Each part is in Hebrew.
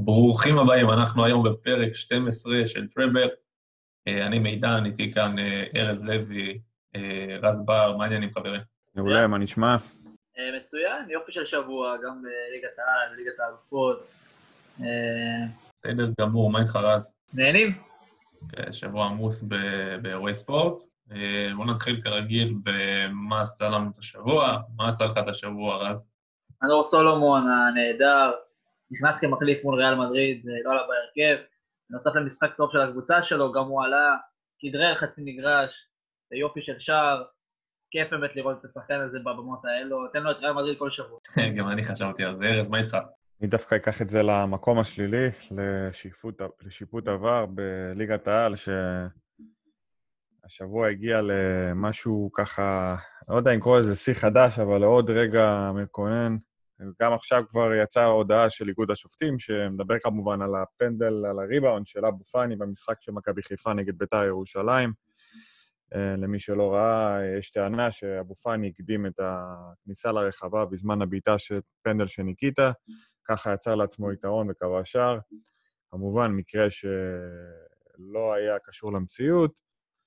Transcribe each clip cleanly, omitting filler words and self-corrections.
ברוכים הבאים, אנחנו היום בפרק 12 של טראבל. אני מידן, איתי כאן ארז לוי, רז בר, מה העניינים חברים? מעולה, מה נשמע? מצוין, יופי של שבוע, גם בליגת העל, ליגת האלופות. בסדר גמור, מה איתך רז? נהנים? שבוע עמוס באירועי ספורט. בואו נתחיל כרגיל במה עשה לנו את השבוע. מה עשה לך את השבוע, רז? אנדור סולומון הנהדר, נכנס כמחליף מול ריאל מדריד, לא עלה בהרכב, נוסף למשחק טוב של הקבוצה שלו, גם הוא עלה, כדרר חצי מגרש, יופי של שער, כיף באמת לראות את השחקן הזה בבמות האלו, תן לו את ריאל מדריד כל שבוע. גם אני חשבתי על זה, ארז, מה איתך? אני דווקא אקח את זה למקום השלילי, לשיפוט עבר בליגת העל, שהשבוע הגיע למשהו ככה, לא יודע אם קורא לזה שיא חדש, אבל לעוד רגע מקונן. גם עכשיו כבר יצאה הודעה של איגוד השופטים, שמדבר כמובן על הפנדל, על הריבאונד של אבו פאני במשחק של מכבי חיפה נגד בית"ר ירושלים. למי שלא ראה, יש טענה שאבו פאני הקדים את הכניסה לרחבה בזמן הבעיטה של פנדל של ניקיטה, ככה יצר לעצמו יתרון וקבע שער. כמובן, מקרה שלא היה קשור למציאות.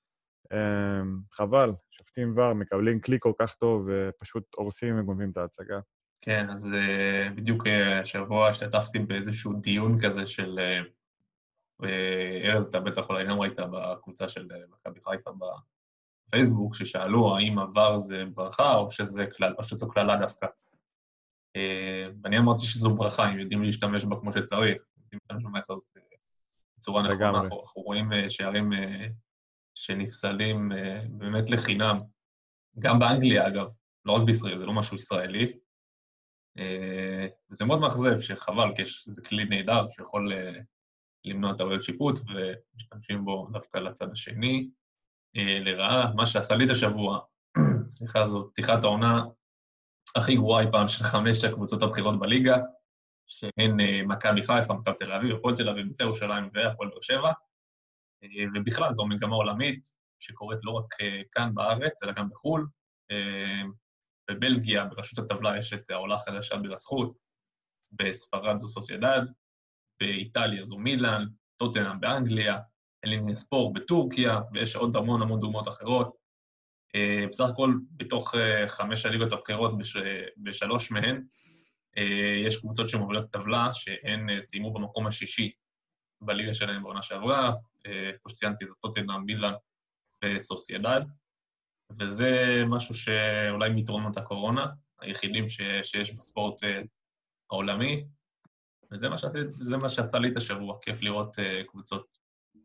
חבל, שופטים כבר מקבלים כלי כל כך טוב ופשוט הורסים וגונבים את ההצגה. כן, אז בדיוק השבוע השתתפתי באיזשהו דיון כזה של ארז, אתה בטח אולי גם ראית בקבוצה של מכבי חיפה בפייסבוק, ששאלו האם עבר זה ברכה או שזו כללה דווקא. ואני אמרתי שזו ברכה, אם יודעים להשתמש בה כמו שצריך, יודעים להשתמש בה בצורה נכונה, אנחנו רואים שערים שנפסלים באמת לחינם, גם באנגליה אגב, לא רק בישראל, זה לא משהו ישראלי, וזה מאוד מאכזב שחבל, כי זה כלי נהדר שיכול למנוע טעויות שיפוט, ומשתמשים בו דווקא לצד השני. לרעה, מה שעשה לי את השבוע, סליחה, זו פתיחת העונה הכי גרועה אי פעם של 5 הקבוצות הבכירות בליגה, שהן מכבי חיפה, מכבי תל אביב, הפועל תל אביב, בית"ר ירושלים והפועל באר שבע, ובכלל זו מגמה עולמית שקורית לא רק כאן בארץ, אלא גם בחו"ל. בבלגיה, בראשות הטבלה, יש את העולה החדשה בזכות, בספרד זו סוסיידד, באיטליה זו מילאן, טוטנהאם באנגליה, אלינספור בטורקיה, ויש עוד המון דוגמאות אחרות. בסך הכל, בתוך 5 הליגות הבכירות ב3 מהן, יש קבוצות שמובילות את הטבלה, שהן סיימו במקום השישי בליגה שלהם בעונה שעברה, כמו שציינתי, זו טוטנהאם, מילאן וסוסיידד, וזה משהו שאולי מיתרונות הקורונה, היחידים שיש בספורט העולמי, וזה מה שעשה לי את השבוע, כיף לראות קבוצות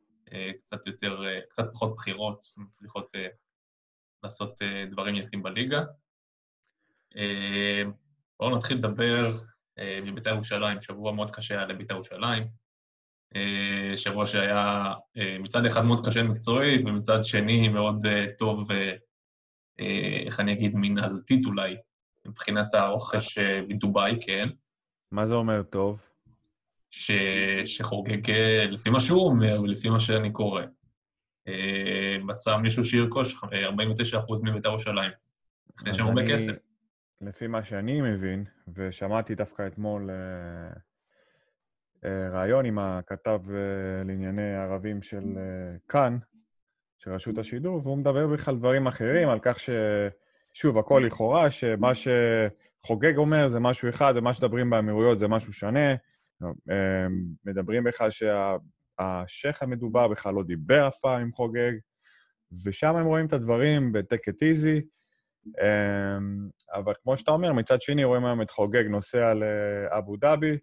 קצת פחות בחירות, מצליחות לעשות דברים יפים בליגה. בואו נתחיל לדבר מבית"ר ירושלים, שבוע מאוד קשה היה לבית"ר ירושלים, שבוע שהיה מצד אחד מאוד קשה מקצועית, ומצד שני מאוד טוב, איך אני אגיד, מנהלתית אולי, מבחינת הרוכש מדובאי, כן. מה זה אומר טוב? שחוגג לפי מה שהוא אומר ולפי מה שאני קורא. מצא מישהו שירכוש 49% מבית"ר ירושלים. לפני שם הרבה כסף. לפי מה שאני מבין, ושמעתי דווקא אתמול רעיון עם הכתב לענייני ערבים של כאן, של רשות השידור, והוא מדבר בכלל דברים אחרים, על כך ששוב, הכל לכאורה, שמה שחוגג אומר זה משהו אחד, ומה שדברים באמירויות זה משהו שונה. מדברים בכלל שהשייך המדובר בכלל לא דיבר אף פעם עם חוגג, ושם הם רואים את הדברים ב-take it easy, אבל כמו שאתה אומר, מצד שני רואים היום את חוגג נוסע לאבו דאבי,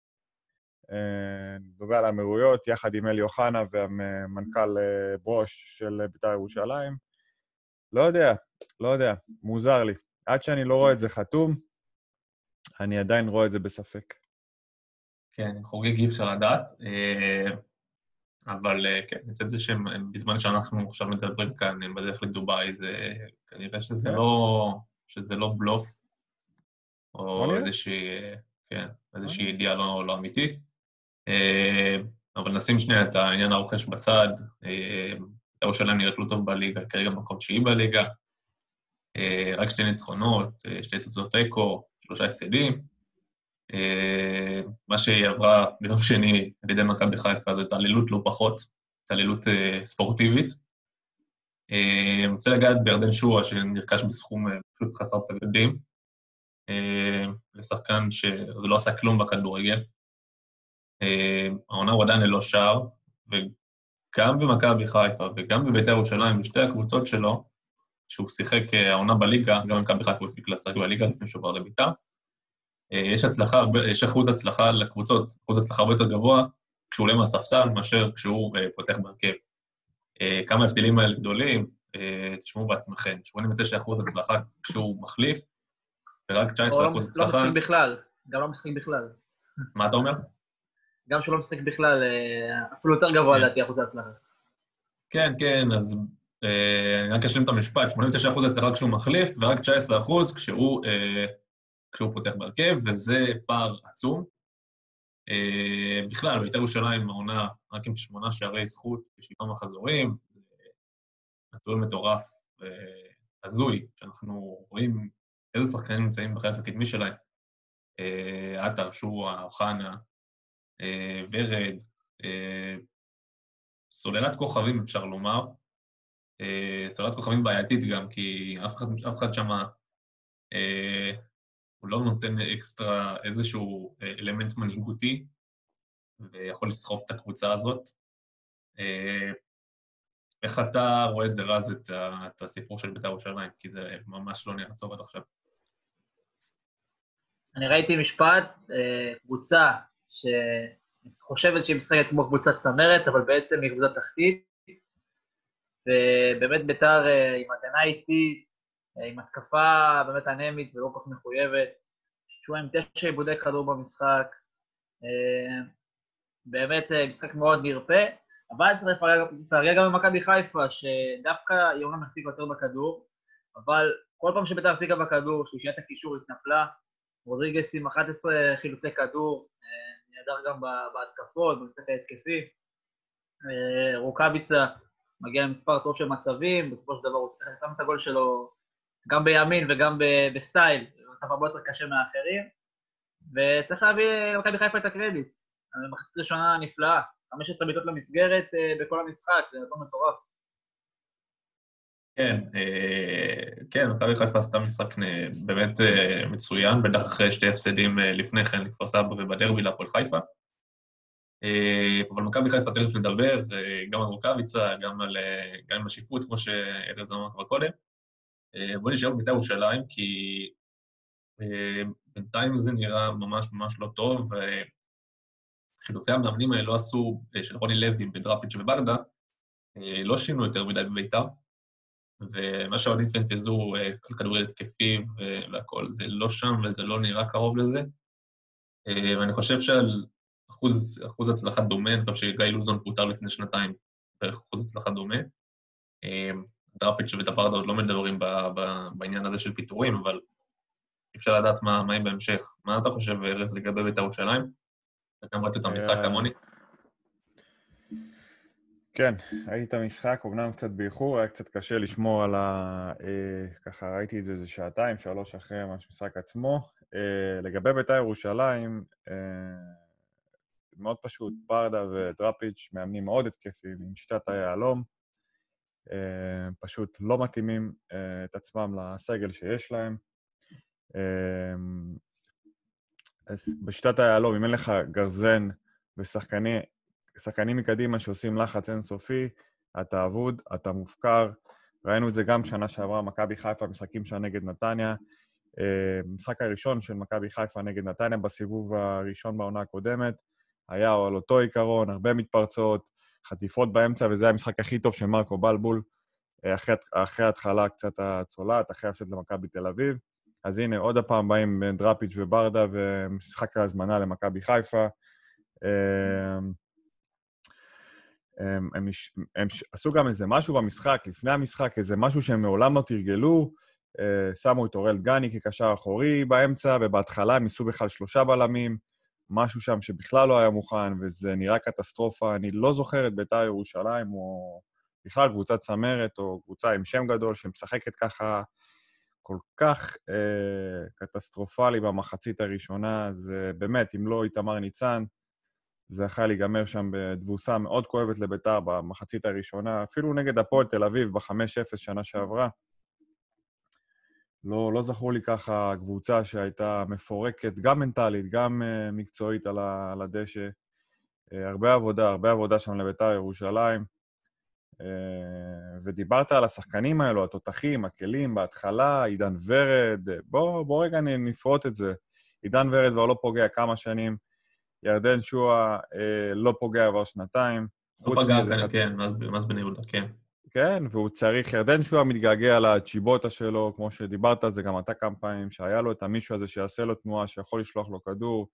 דובר על האמירויות, יחד עם אלי אוחנה והמנכ"ל ברוש של בית"ר ירושלים. לא יודע, מוזר לי. עד שאני לא רואה את זה חתום, אני עדיין רואה את זה בספק. כן, חוגג אי אפשר לדעת, אבל כן, נצא את זה שבזמן שאנחנו עכשיו מדברים כאן בדרך לדובאי, זה כנראה שזה לא בלוף, או איזושהי ידיעה לא אמיתית. אבל נשים שנייה את העניין הרוכש בצד, בית"ר ירושלים נראית לא טוב בליגה, כרגע מקום 9 בליגה, רק 2 ניצחונות, 2 תוצאות תיקו, 3 הפסדים, מה שהיא עברה ביום שני על ידי מכבי חיפה, זו התעללות לא פחות, התעללות ספורטיבית. אני רוצה לגעת בירדן שועה, שנרכש בסכום פשוט חסר תקדים, לשחקן שזה לא עשה כלום בכדורגל. העונה הוא עדיין ללא שער, וגם במכבי חיפה וגם בבית"ר ירושלים, בשתי הקבוצות שלו, שהוא שיחק העונה בליגה, גם במכבי חיפה הוא הספיק לשחק בליגה לפני שהוא עבר לבית"ר, יש אחוז הצלחה לקבוצות, אחוז הצלחה הרבה יותר גבוה, כשהוא עולה מהספסל, מאשר כשהוא פותח בהרכב. כמה הבדלים האלה גדולים, תשמעו בעצמכם, 89% הצלחה כשהוא מחליף, ורק 19% הצלחה... לא משחק בכלל, גם לא משחק בכלל. מה אתה אומר? גם שהוא לא משחק בכלל, אפילו יותר גבוה לדעתי אחוז ההצלחה. כן, כן, אז אני רק אשלים את המשפט, 89% הצלחה כשהוא מחליף, ורק 19% כשהוא פותח בהרכב, וזה פער עצום. בכלל, בית"ר ירושלים העונה רק עם 8 שערי זכות ו7 מחזורים, נתון מטורף והזוי, שאנחנו רואים איזה שחקנים נמצאים בחלק הקדמי שלהם. עטר, שועה, אוחנה, ורד, סוללת כוכבים אפשר לומר, סוללת כוכבים בעייתית גם, כי אף אחד שמה הוא לא נותן אקסטרה איזשהו אלמנט מנהיגותי, ויכול לסחוף את הקבוצה הזאת. איך אתה רואה את זה רז, את הסיפור של בית"ר ירושלים? כי זה ממש לא נראה טוב עד עכשיו. אני ראיתי משפט, קבוצה שחושבת שהיא משחקת כמו קבוצת צמרת, אבל בעצם היא קבוצת תחתית, ובאמת בית"ר עם הגנה איטית, עם התקפה באמת אנמית ולא כל כך מחויבת, שהוא עם 9 עיבודי כדור במשחק, באמת משחק מאוד נרפה, אבל צריך לפרגן גם במכבי חיפה, שדווקא היא אומנם החזיקה יותר בכדור, אבל כל פעם שבית"ר החזיקה בכדור, שלישיית הקישור התנפלה, רודריגז עם 11 חילוצי כדור, נהדר גם בהתקפות, במשחק ההתקפי, רוקאביצה מגיע למספר טוב של מצבים, בסופו של דבר הוא שם את הגול שלו גם בימין וגם בסטייל, במצב הרבה יותר קשה מהאחרים, וצריך להביא למכבי חיפה את הקרדיט. מחצית ראשונה נפלאה, 15 בעיטות למסגרת בכל המשחק, זה נתון מטורף. כן, מכבי חיפה עשתה משחק באמת מצוין, בטח אחרי 2 הפסדים לפני כן, לכפר סבא ובדרבי להפועל חיפה. אבל מכבי חיפה תכף נדבר, גם על רוקאביצה, גם על השיפוט, כמו שארז אמר כבר קודם. בואו נשאר בבית"ר ירושלים, כי בינתיים זה נראה ממש ממש לא טוב, וחילופי המאמנים האלה לא עשו, של רוני לוי בדראפיץ' וברדה, לא שינו יותר מדי בבית"ר, ומה שהאוהדים פנטזו על כדורגל התקפי והכל, זה לא שם וזה לא נראה קרוב לזה, ואני חושב שעל אחוז הצלחה דומה, אני חושב שגיא לוזון פוטר לפני 2 בערך אחוז הצלחה דומה, דראפיץ' וברדה עוד לא מדברים בעניין הזה של פיטורים, אבל אפשר לדעת מה הם בהמשך. מה אתה חושב, ארז, לגבי בית"ר ירושלים? אתה גם ראית את המשחק כמוני? כן, ראיתי את המשחק, אומנם קצת באיחור, היה קצת קשה לשמור על ככה ראיתי את זה 2-3 אחרי המשחק עצמו. לגבי בית"ר ירושלים, מאוד פשוט, ברדה ודראפיץ' מאמנים מאוד התקפים, עם שיטת היהלום, פשוט לא מתאימים את עצמם לסגל שיש להם. בשיטת היהלום, אם אין לך גרזן ושחקנים מקדימה שעושים לחץ אינסופי, אתה אבוד, אתה מופקר. ראינו את זה גם שנה שעברה, מכבי חיפה, משחקים שלה נגד נתניה. משחק הראשון של מכבי חיפה נגד נתניה בסיבוב הראשון בעונה הקודמת, היה על אותו עיקרון, הרבה מתפרצות, חטיפות באמצע, וזה המשחק הכי טוב של מרקו בלבול, אחרי ההתחלה קצת הצולעת, אחרי הפסד למכבי תל אביב. אז הנה, עוד הפעם באים דראפיץ' וברדה, ומשחק ההזמנה למכבי חיפה. הם עשו גם איזה משהו במשחק, לפני המשחק, איזה משהו שהם מעולם לא תרגלו, שמו את אורל דגני כקשר אחורי באמצע, ובהתחלה הם ניסו בכלל 3 בלמים, משהו שם שבכלל לא היה מוכן, וזה נראה קטסטרופה. אני לא זוכר את בית"ר ירושלים, או בכלל קבוצת צמרת, או קבוצה עם שם גדול, שמשחקת ככה כל כך קטסטרופלי במחצית הראשונה, זה באמת, אם לא איתמר ניצן, זה יכול להיגמר שם בתבוסה מאוד כואבת לביתר במחצית הראשונה, אפילו נגד הפועל תל אביב ב-5-0 שנה שעברה. לא זכור לי ככה קבוצה שהייתה מפורקת, גם מנטלית, גם מקצועית על הדשא. הרבה עבודה שם לביתר ירושלים. ודיברת על השחקנים האלו, התותחים, הכלים, בהתחלה, עידן ורד. בוא רגע נפרוט את זה. עידן ורד כבר לא פוגע כמה שנים, ירדן שועה לא פוגע כבר שנתיים. לא פגע, כן, מאז בני יהודה, כן. כן, והוא צריך, ירדן שועה מתגעגע לצ'יבוטה שלו, כמו שדיברת על זה גם אתה כמה פעמים, שהיה לו את המישהו הזה שיעשה לו תנועה, שיכול לשלוח לו כדור.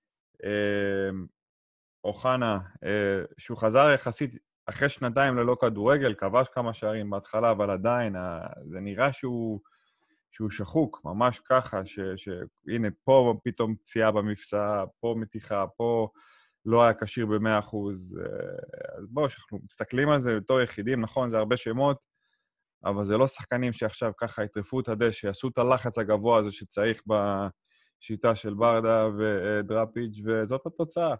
אוחנה, שהוא חזר יחסית אחרי שנתיים ללא כדורגל, כבש כמה שערים בהתחלה, אבל עדיין זה נראה שהוא שחוק, ממש ככה, שהנה פה פתאום פציעה במפסע, פה מתיחה, פה לא היה קשיר ב100%. אז בואו, שאנחנו מסתכלים על זה בתור יחידים, נכון, זה הרבה שמות, אבל זה לא שחקנים שעכשיו ככה יטרפו את הדשא, יעשו את הלחץ הגבוה הזה שצריך בשיטה של ברדה ודראפיץ', וזאת התוצאה.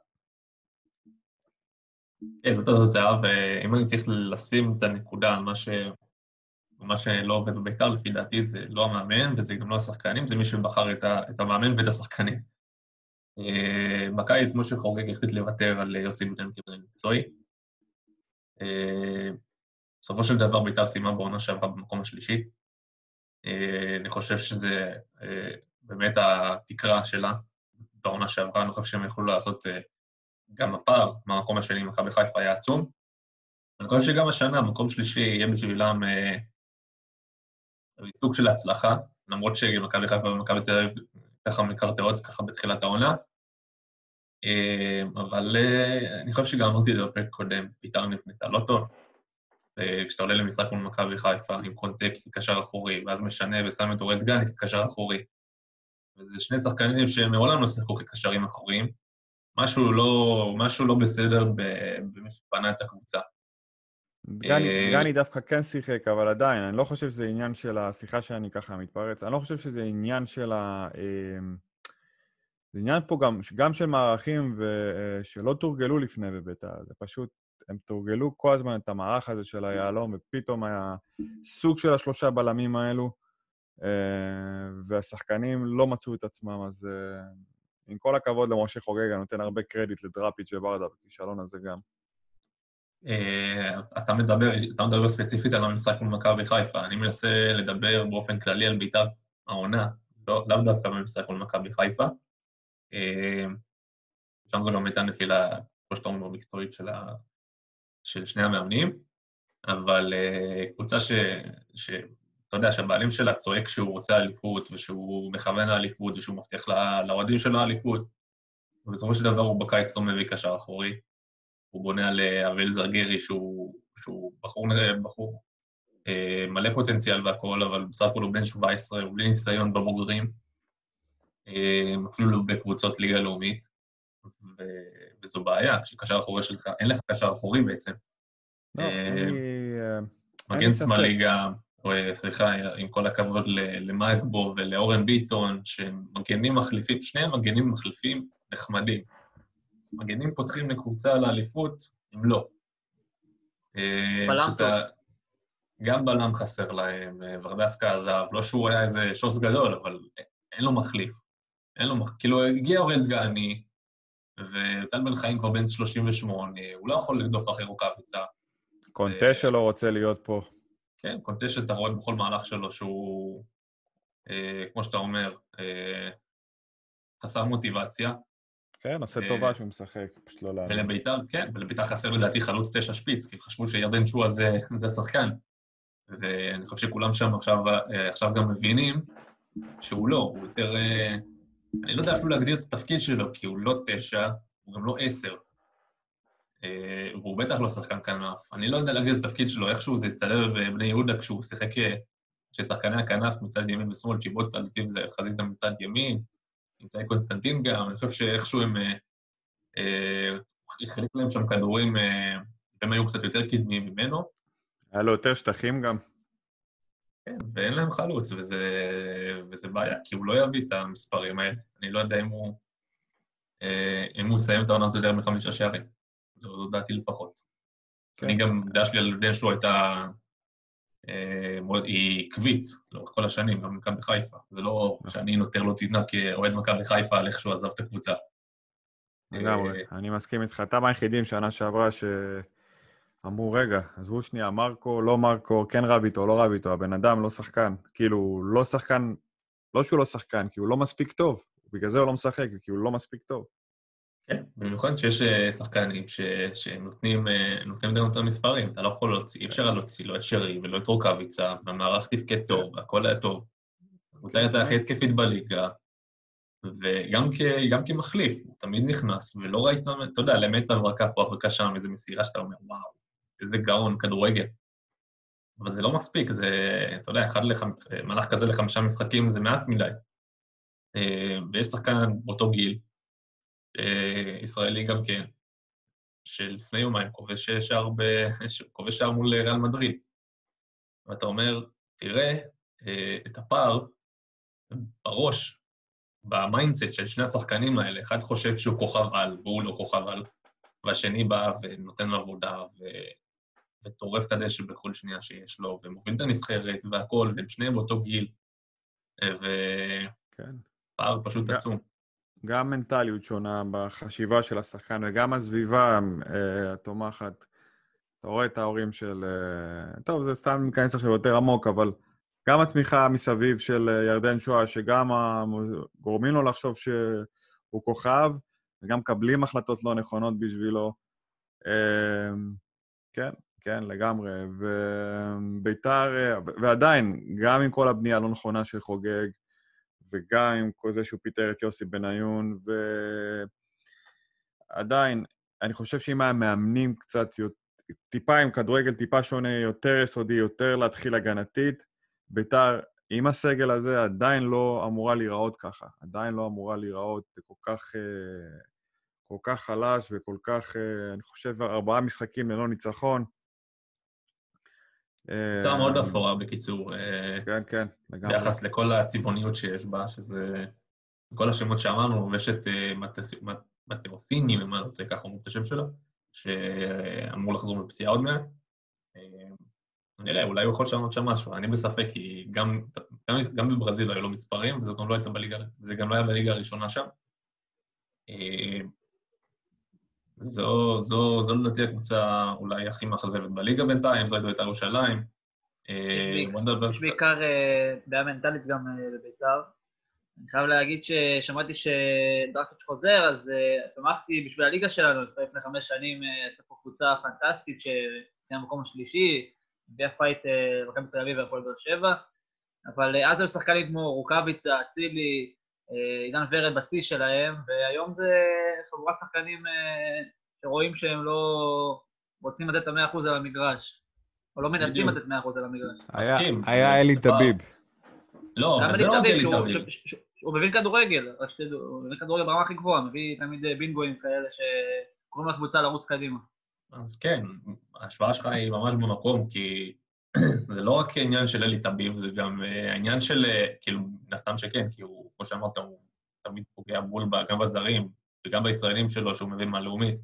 זאת התוצאה, ואם אני צריך לשים את הנקודה על מה שלא עובד בביתר, לפי דעתי זה לא המאמן, וזה גם לא השחקנים, זה מי שבחר את המאמן ואת השחקנים. בקיץ, משה חוגג החליט לוותר על יוסי בן כמנהל מקצועי. בסופו של דבר ביתר סיימה בעונה שעברה במקום השלישי. אני חושב שזה באמת התקרה שלה בעונה שעברה, אני חושב שהם יכולו לעשות גם הפער מהמקום השני, מכבי חיפה היה עצום. אני חושב שגם השנה, מקום שלישי יהיה בשבילם סוג של הצלחה, למרות שמכבי חיפה ומכבי תל אביב ככה מקרטעות ככה בתחילת העונה. אבל אני חושב שגם אמרתי את זה בפרק קודם, ביתר נבנתה לא טוב. כשאתה עולה למשחק מול מכבי חיפה עם קונטק כקשר אחורי, ואז משנה ושם את אורד גני כקשר אחורי. וזה שני שחקנים שמעולם לא שיחקו כקשרים אחוריים. משהו לא בסדר במי שבנה את הקבוצה. גני דווקא כן שיחק, אבל עדיין, אני לא חושב שזה עניין של השיחה שאני ככה מתפרץ, אני לא חושב שזה עניין של זה עניין פה גם של מערכים שלא תורגלו לפני בביתר, זה פשוט, הם תורגלו כל הזמן את המערך הזה של היעלום, ופתאום היה סוג של השלושה בלמים האלו, והשחקנים לא מצאו את עצמם, אז עם כל הכבוד למשה חוגג, אני נותן הרבה קרדיט לדראפיץ' וברדה, בכישלון הזה גם. אתה מדבר ספציפית על המשחק מול מכבי חיפה, אני מנסה לדבר באופן כללי על ביתר העונה, לאו דווקא במשחק מול מכבי חיפה. שם זו גם הייתה נפילה, כמו שאתה אומר, מקצועית של שני המאמנים, אבל קבוצה אתה יודע, שהבעלים שלה צועק שהוא רוצה אליפות, ושהוא מכוון לאליפות, ושהוא מבטיח לאוהדים שלו אליפות, ובסופו של דבר הוא בקיץ לא מביא קשר אחורי, הוא בונה על אביאל זרגרי, שהוא בחור מלא פוטנציאל והכל, אבל בסך הכל הוא בן 17, הוא בלי ניסיון בבוגרים, אפילו לא בקבוצות ליגה לאומית, וזו בעיה, כשקשר אחורי שלך, אין לך קשר אחורי בעצם. מגן שמאלי גם, סליחה, עם כל הכבוד למאגבו ולאורן ביטון, שהם מגנים מחליפים, שניהם מגנים מחליפים נחמדים. מגנים פותחים לקבוצה לאליפות, אם לא. בלם טוב. גם בלם חסר להם, ורדסקה עזב, לא שהוא היה איזה שוס גדול, אבל אין לו מחליף. כאילו, הגיע אורל גני, וטל בן חיים כבר בן 38, הוא לא יכול לרדוף אחרי רוקאביצה. קונטה שלו רוצה להיות פה. כן, קונטה שאתה רואה בכל מהלך שלו שהוא, כמו שאתה אומר, חסר מוטיבציה. כן, עושה טובה שהוא משחק, פשוט לא להאמין. ולביתר, כן, ולביתר חסר לדעתי חלוץ 9 שפיץ, כי חשבו שירדן שועה זה השחקן. ואני חושב שכולם שם עכשיו גם מבינים שהוא לא, הוא יותר, אני לא יודע אפילו להגדיר את התפקיד שלו, כי הוא לא 9, הוא גם לא 10. והוא בטח לא שחקן כנף. אני לא יודע להגדיר את התפקיד שלו, איכשהו זה הסתדר בבני יהודה כשהוא שיחק כששחקני הכנף מצד ימין ושמאל, צ'יבוטה, נתיב זה חזיזה מצד ימין, נמצא קונסטנטין גם, אני חושב שאיכשהו הם החליק להם שם כדורים, הם היו קצת יותר קדמיים ממנו. היה לו יותר שטחים גם. כן, ואין להם חלוץ, וזה בעיה, כי הוא לא יביא את המספרים האלה. אני לא יודע אם הוא יסיים את העונה הזאת יותר מ5 שערים. זו דעתי לפחות. כן. אני גם, דעה שלי על דנשו הייתה, היא עקבית לאורך כל השנים, גם מכבי חיפה. זה לא שאני נותר לו תדנה כאוהד מכבי חיפה על איך שהוא עזב את הקבוצה. לגמרי, אני מסכים איתך. אתה מהיחידים שנה שעברה שאמרו, רגע, עזבו שנייה, מרקו, לא מרקו, כן רב איתו, לא רב איתו, הבן אדם לא שחקן. כאילו, לא שחקן, לא שהוא לא שחקן, כי הוא לא מספיק טוב. בגלל זה הוא לא משחק, כי הוא לא מספיק טוב. כן, במיוחד שיש שחקנים שהם נותנים גם את המספרים, אתה לא יכול להוציא, אי אפשר להוציא לא את שרי ולא את רוקאביצה, והמערך תפקד טוב, והכל היה טוב. הקבוצה הייתה הכי התקפית בליגה, וגם כמחליף, הוא תמיד נכנס, ולא ראית, אתה יודע, למט הברקה פה, הברקה שם, איזו מסירה שאתה אומר, וואו, איזה גאון, כדורגל. אבל זה לא מספיק, זה, אתה יודע, מהלך כזה ל5 משחקים זה מעט מדי. ויש שחקן באותו גיל, ישראלי גם כן, שלפני יומיים כובש שער מול ריאל מדריד. ואתה אומר, תראה את הפער בראש, במיינדסט של שני השחקנים האלה. אחד חושב שהוא כוכב על, והוא לא כוכב על, והשני בא ונותן לו עבודה, וטורף את הדשא בכל שנייה שיש לו, ומוביל את הנבחרת והכל, והם שניהם באותו גיל, ופער פשוט עצום. גם מנטליות שונה בחשיבה של השחקן, וגם הסביבה התומכת. אתה רואה את ההורים של... טוב, זה סתם מכנס עכשיו יותר עמוק, אבל גם התמיכה מסביב של ירדן שואה, שגם גורמים לו לחשוב שהוא כוכב, וגם מקבלים החלטות לא נכונות בשבילו. כן, כן, לגמרי. וביתר, ועדיין, גם עם כל הבנייה הלא נכונה של חוגג, וגם עם כל זה שהוא פיטר את יוסי בניון, ועדיין, אני חושב שאם היה מאמנים קצת טיפה עם כדורגל, טיפה שונה, יותר יסודי, יותר להתחיל הגנתית, ביתר עם הסגל הזה עדיין לא אמורה להיראות ככה, עדיין לא אמורה להיראות כל כך חלש וכל כך, אני חושב, 4 משחקים ללא ניצחון. קבוצה מאוד אפורה בקיצור. כן, כן, לגמרי. ביחס לכל הצבעוניות שיש בה, שזה... כל השמות שאמרנו, ויש את מתאוסיני, אם אני לא טועה, ככה אומרים את השם שלו, שאמור לחזור מפציעה עוד מעט. נראה, אולי הוא יכול לשנות שם משהו. אני בספק, כי גם בברזיל היו לו מספרים, וזה גם לא היה בליגה הראשונה שם. זו לדעתי הקבוצה אולי הכי מאכזבת בליגה בינתיים, זו הייתה בית"ר ירושלים. יש בעיקר בעיה מנטלית גם בבית"ר. אני חייב להגיד ששמעתי שדראפיץ' חוזר, אז שמחתי בשביל הליגה שלנו, לפני 5 שנים עשתה פה קבוצה פנטסטית שסיימה במקום השלישי, הביאה פייט מכבי תל אביב והפועל באר שבע, אבל אז היו שחקנים כמו רוקאביצה, אצילי, עידן ורד בשיא שלהם, והיום זה חבורה שחקנים שרואים שהם לא רוצים לתת את 100% על המגרש, או לא מנסים לתת 100% על המגרש. היה אלי טביב. לא, אבל זה לא רק אלי טביב. הוא מבין כדורגל, הוא מבין כדורגל ברמה הכי גבוהה, מביא תמיד בינגויים כאלה שקוראים לקבוצה לרוץ קדימה. אז כן, ההשוואה שלך היא ממש במקום, כי זה לא רק עניין של אלי טביב, זה גם העניין של, כאילו, נסתם שכן, כי הוא, כמו שאמרת, הוא תמיד פוגע בול גם בזרים, וגם בישראלים שלו, שהוא מבין מהלאומית.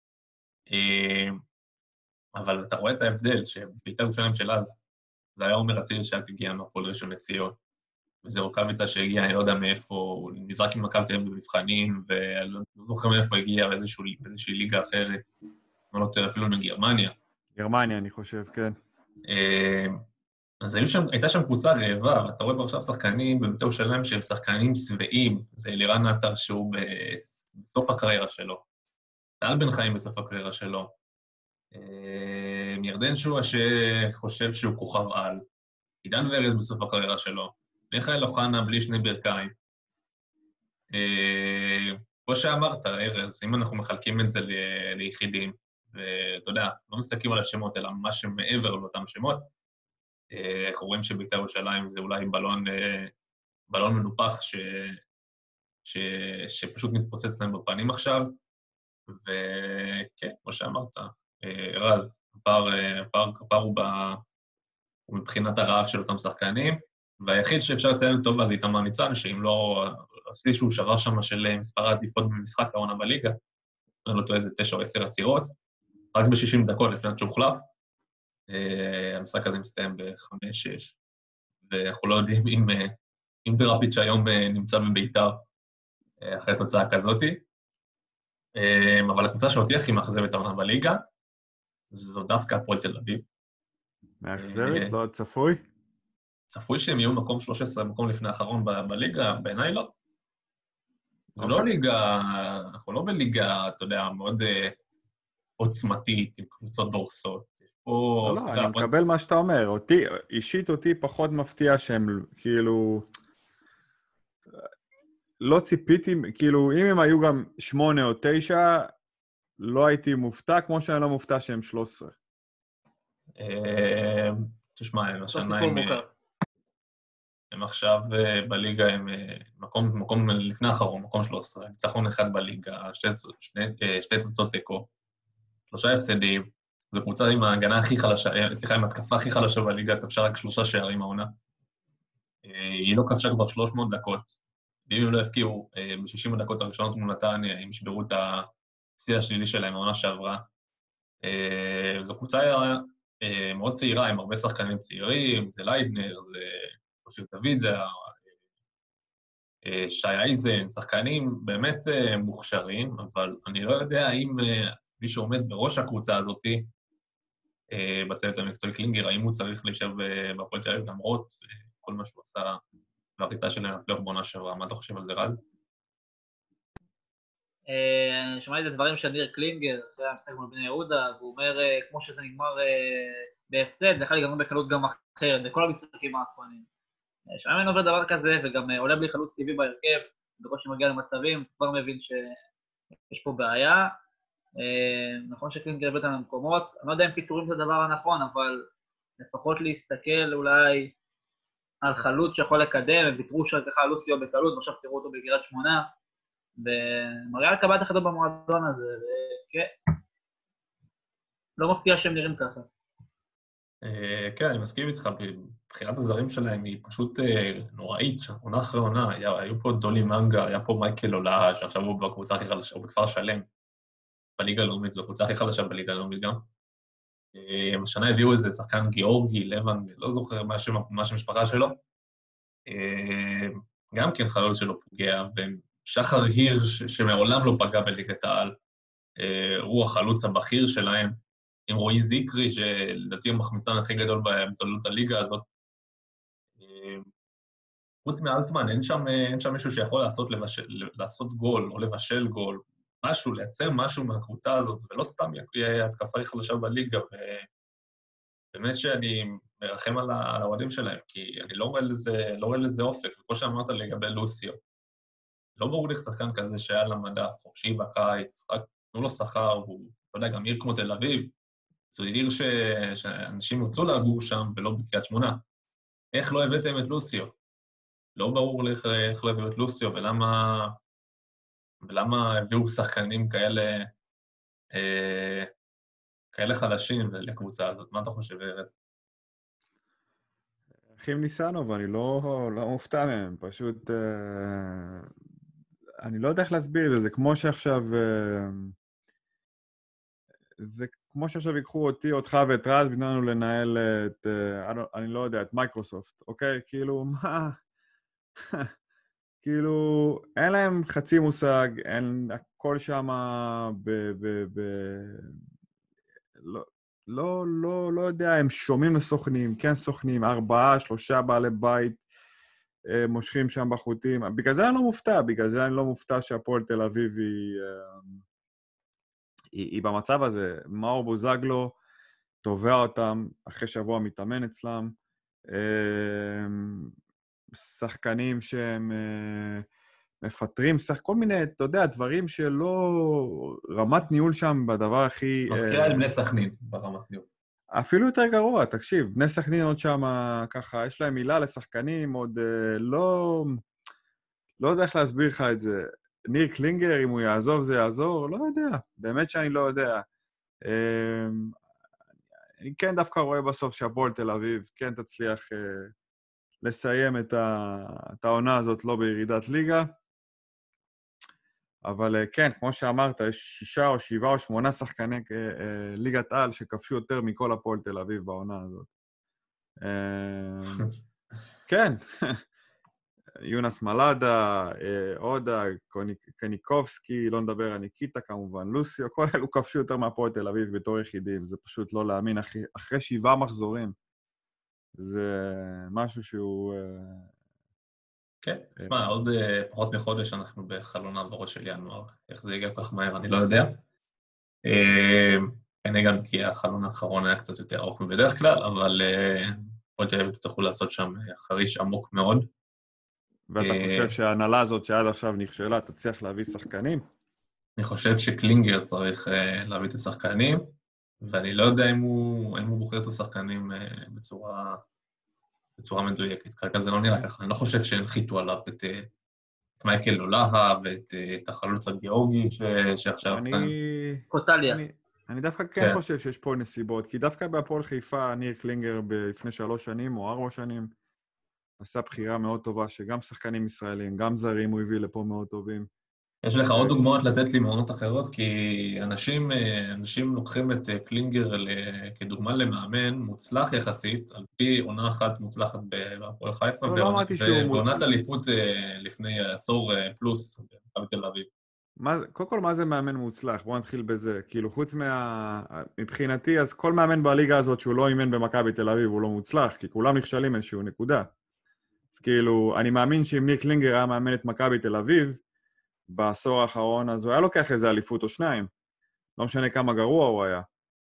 אבל אתה רואה את ההבדל, שבית"ר ירושלים של אז, זה היה עומר אצילי שהגיע מהפועל ראשון לציון, וזה רוקאביצה שהגיע, אני לא יודע מאיפה, הוא נזרק עם מכבי תל אביב במבחנים, ולא זוכר מאיפה הגיע, באיזושהי ליגה אחרת, לא יותר אפילו מגרמניה. גרמניה, אני חושב, כן. אז הייתה שם קבוצה רעבה, ואתה רואה עכשיו שחקנים בבית"ר ירושלים שהם שחקנים שבעים, זה אלירן עטר שהוא בסוף הקריירה שלו, טל בן חיים בסוף הקריירה שלו, ירדן שואה שחושב שהוא כוכב על, עידן ורד בסוף הקריירה שלו, מיכאל אוחנה בלי 2 ברכיים. כמו שאמרת, ארז, אם אנחנו מחלקים את זה ליחידים, ואתה יודע, לא מסתכלים על השמות, אלא מה שמעבר לאותם שמות, אנחנו רואים שבית"ר ירושלים זה אולי בלון מנופח שפשוט מתפוצץ להם בפנים עכשיו, וכן, כמו שאמרת, רז, הפער הוא ומבחינת הרעב של אותם שחקנים, והיחיד שאפשר לציין טוב אז איתמר ניצן, שאם לא עשיתי שהוא שבר שם של מספר העדיפות במשחק העונה בליגה, אין לו איזה 9 או 10 עצירות, רק ב-60 דקות לפני שהוחלף, המשחק הזה מסתיים ב-5-6, ואנחנו לא יודעים אם דראפיץ' היום נמצא בביתר אחרי תוצאה כזאתי, אבל הקבוצה שאותי הכי מאכזבת העונה בליגה, זו דווקא הפועל תל אביב. מאכזבת? לא צפוי? צפוי שהם יהיו מקום 13, מקום לפני האחרון בליגה, בעיניי לא. זו לא ליגה, אנחנו לא בליגה, אתה יודע, מאוד עוצמתית, עם קבוצות דורסות. לא, אני מקבל מה שאתה אומר. אישית אותי פחות מפתיע שהם כאילו... לא ציפיתי, כאילו, אם הם היו גם 8 או 9, לא הייתי מופתע, כמו שאני לא מופתע שהם 13. תשמע, השנה הם עכשיו בליגה, הם מקום לפני האחרון, מקום 13, ניצחון אחד בליגה, שתי תוצאות תיקו, 3 הפסדים, זו קבוצה עם ההגנה הכי חלשה, סליחה, עם התקפה הכי חלשה בליגה, כבשה רק 3 שערים העונה. היא לא כבשה כבר 300 דקות, ואם הם לא הפקיעו ב-60 הדקות הראשונות מול נתניה, הם ישברו את השיא השלילי שלהם, העונה שעברה. זו קבוצה מאוד צעירה, עם הרבה שחקנים צעירים, זה לייבנר, זה אושר דוד, זה שי אייזן, שחקנים באמת מוכשרים, אבל אני לא יודע אם מי שעומד בראש הקבוצה הזאת, בצוות המקצועי קלינגר, האם הוא צריך להישב בהפועל תל אביב, למרות כל מה שהוא עשה והריצה שלהם לפלייאוף בעונה שעברה. מה אתה חושב על זה, רז? אני שמעתי את הדברים של ניר קלינגר, אחרי המשחק מול בני יהודה, והוא אומר, כמו שזה נגמר בהפסד, זה יכול להיגמר בקלות גם אחרת, בכל המשחקים האחרונים. שמע ממנו עובר דבר כזה, וגם עולה בלי חלוץ טבעי בהרכב, בכל שמגיע למצבים, כבר מבין שיש פה בעיה. נכון שקלינגר הביא אותם למקומות, אני לא יודע אם פיתורים זה הדבר הנכון, אבל לפחות להסתכל אולי על חלוץ שיכול לקדם, הם ויתרו שככה לוסיו בקלות, ועכשיו תראו אותו בקריית שמונה, ומראה על קבלת החדות במועדון הזה, וכן, לא מפתיע שהם נראים ככה. כן, אני מסכים איתך, בבחירת הזרים שלהם היא פשוט נוראית, עונה אחרי עונה, היו פה דולי מנגה, היה פה מייקל אולה, שעכשיו הוא בקבוצה הכי חלשה, הוא בכפר שלם, בליגה הלאומית, זו הקבוצה הכי חלשה בליגה הלאומית גם. השנה הביאו איזה שחקן גיאורגי, לבן, לא זוכר מה המשפחה שלו, גם כן חלוץ שלו פוגע, ושחר הירש, שמעולם לא פגע בליגת העל, הוא החלוץ הבכיר שלהם, עם רועי זיקרי, שלדעתי המחמיצן הכי גדול בתולדות הליגה הזאת. חוץ מאלטמן, אין שם מישהו שיכול לעשות גול, או לבשל גול, משהו, לייצר משהו מהקבוצה הזאת, ולא סתם התקפה היא חלשה בליגה, ובאמת שאני מרחם על האוהדים שלהם, כי אני לא רואה לזה אופק, וכמו שאמרת לגבי לוסיו, לא ברור לי שחקן כזה שהיה למדף, חופשי בקיץ, רק תנו לו שכר, הוא, אתה יודע, גם עיר כמו תל אביב, זו עיר שאנשים ירצו לגור שם ולא בקריית שמונה. איך לא הבאתם את לוסיו? לא ברור לי איך לא הביאו את לוסיו, ולמה הביאו שחקנים כאלה חלשים לקבוצה הזאת. מה אתה חושב, ארז? אחים ניסנו, ואני לא מופתע מהם, פשוט... אני לא יודע איך להסביר את זה, זה כמו שעכשיו... זה כמו שעכשיו ייקחו אותך ואת רז, בינינו לנהל את... אני לא יודע, את מייקרוסופט, אוקיי? כאילו, מה... כאילו, אין להם חצי מושג, אין הכל שם לא יודע, הם שומעים לסוכנים, כן סוכנים, 4, 3 בעלי בית מושכים שם בחוטים. בגלל זה אני לא מופתע שהפועל תל אביב היא במצב הזה. מאור בוזגלו תובע אותם אחרי שבוע מתאמן אצלם. שחקנים שהם מפטרים, כל מיני, אתה יודע, דברים שלא... רמת ניהול שם בדבר הכי... מזכירה עם בני סכנין ברמת ניהול. אפילו יותר גרוע, תקשיב, בני סכנין עוד שם ככה, יש להם מילה לשחקנים, עוד לא יודע איך להסביר לך את זה. ניר קלינגר, אם הוא יעזוב, זה יעזור, לא יודע, באמת שאני לא יודע. אני כן דווקא רואה בסוף שהפועל תל אביב כן תצליח לסיים את העונה הזאת לא בירידת ליגה, אבל כן, כמו שאמרת, יש 6 או 7 או 8 שחקני ליגת על שכבשו יותר מכל הפועל תל אביב בעונה הזאת. כן, יונס מלאדה, אודה, קניקובסקי, לא נדבר על ניקיטה כמובן, לוסיו, כל אלו כבשו יותר מהפועל תל אביב בתור יחידים, זה פשוט לא להאמין, אחרי 7 מחזורים. זה משהו שהוא... כן, תשמע, עוד פחות מחודש אנחנו בחלון העברות של ינואר. איך זה יגיע כל כך מהר, אני לא יודע. כנראה גם כי החלון האחרון היה קצת יותר ארוך מבדרך כלל, אבל עוד תל אביב יצטרכו לעשות שם חריש עמוק מאוד. ואתה חושב שההנהלה הזאת שעד עכשיו נכשלה, תצליח להביא שחקנים? אני חושב שקלינגר צריך להביא את השחקנים, ואני לא יודע אם הוא בוחר את השחקנים בצורה מדויקת. כרגע זה לא נראה ככה. אני לא חושב שהנחיתו עליו את מייקל לולאה ואת החלוץ הגיאורגי שעכשיו כאן. קוטליה. אני דווקא כן חושב שיש פה נסיבות, כי דווקא בהפועל חיפה, ניר קלינגר לפני 3 שנים או 4 שנים, עשה בחירה מאוד טובה, שגם שחקנים ישראלים, גם זרים הוא הביא לפה מאוד טובים. יש לך עוד דוגמאות לתת לי מעונות אחרות, כי אנשים לוקחים את קלינגר כדוגמה למאמן מוצלח יחסית, על פי עונה אחת מוצלחת בהפועל חיפה, ועונת אליפות לפני עשור פלוס במכבי תל אביב. קודם כל, מה זה מאמן מוצלח? בואו נתחיל בזה. כאילו, חוץ מבחינתי, אז כל מאמן בליגה הזאת שהוא לא אימן במכבי תל אביב הוא לא מוצלח, כי כולם נכשלים איזשהו נקודה. אז כאילו, אני מאמין שאם ניר קלינגר היה מאמן את מכבי תל אביב, בעשור האחרון, אז הוא היה לוקח איזה אליפות או 2. לא משנה כמה גרוע הוא היה.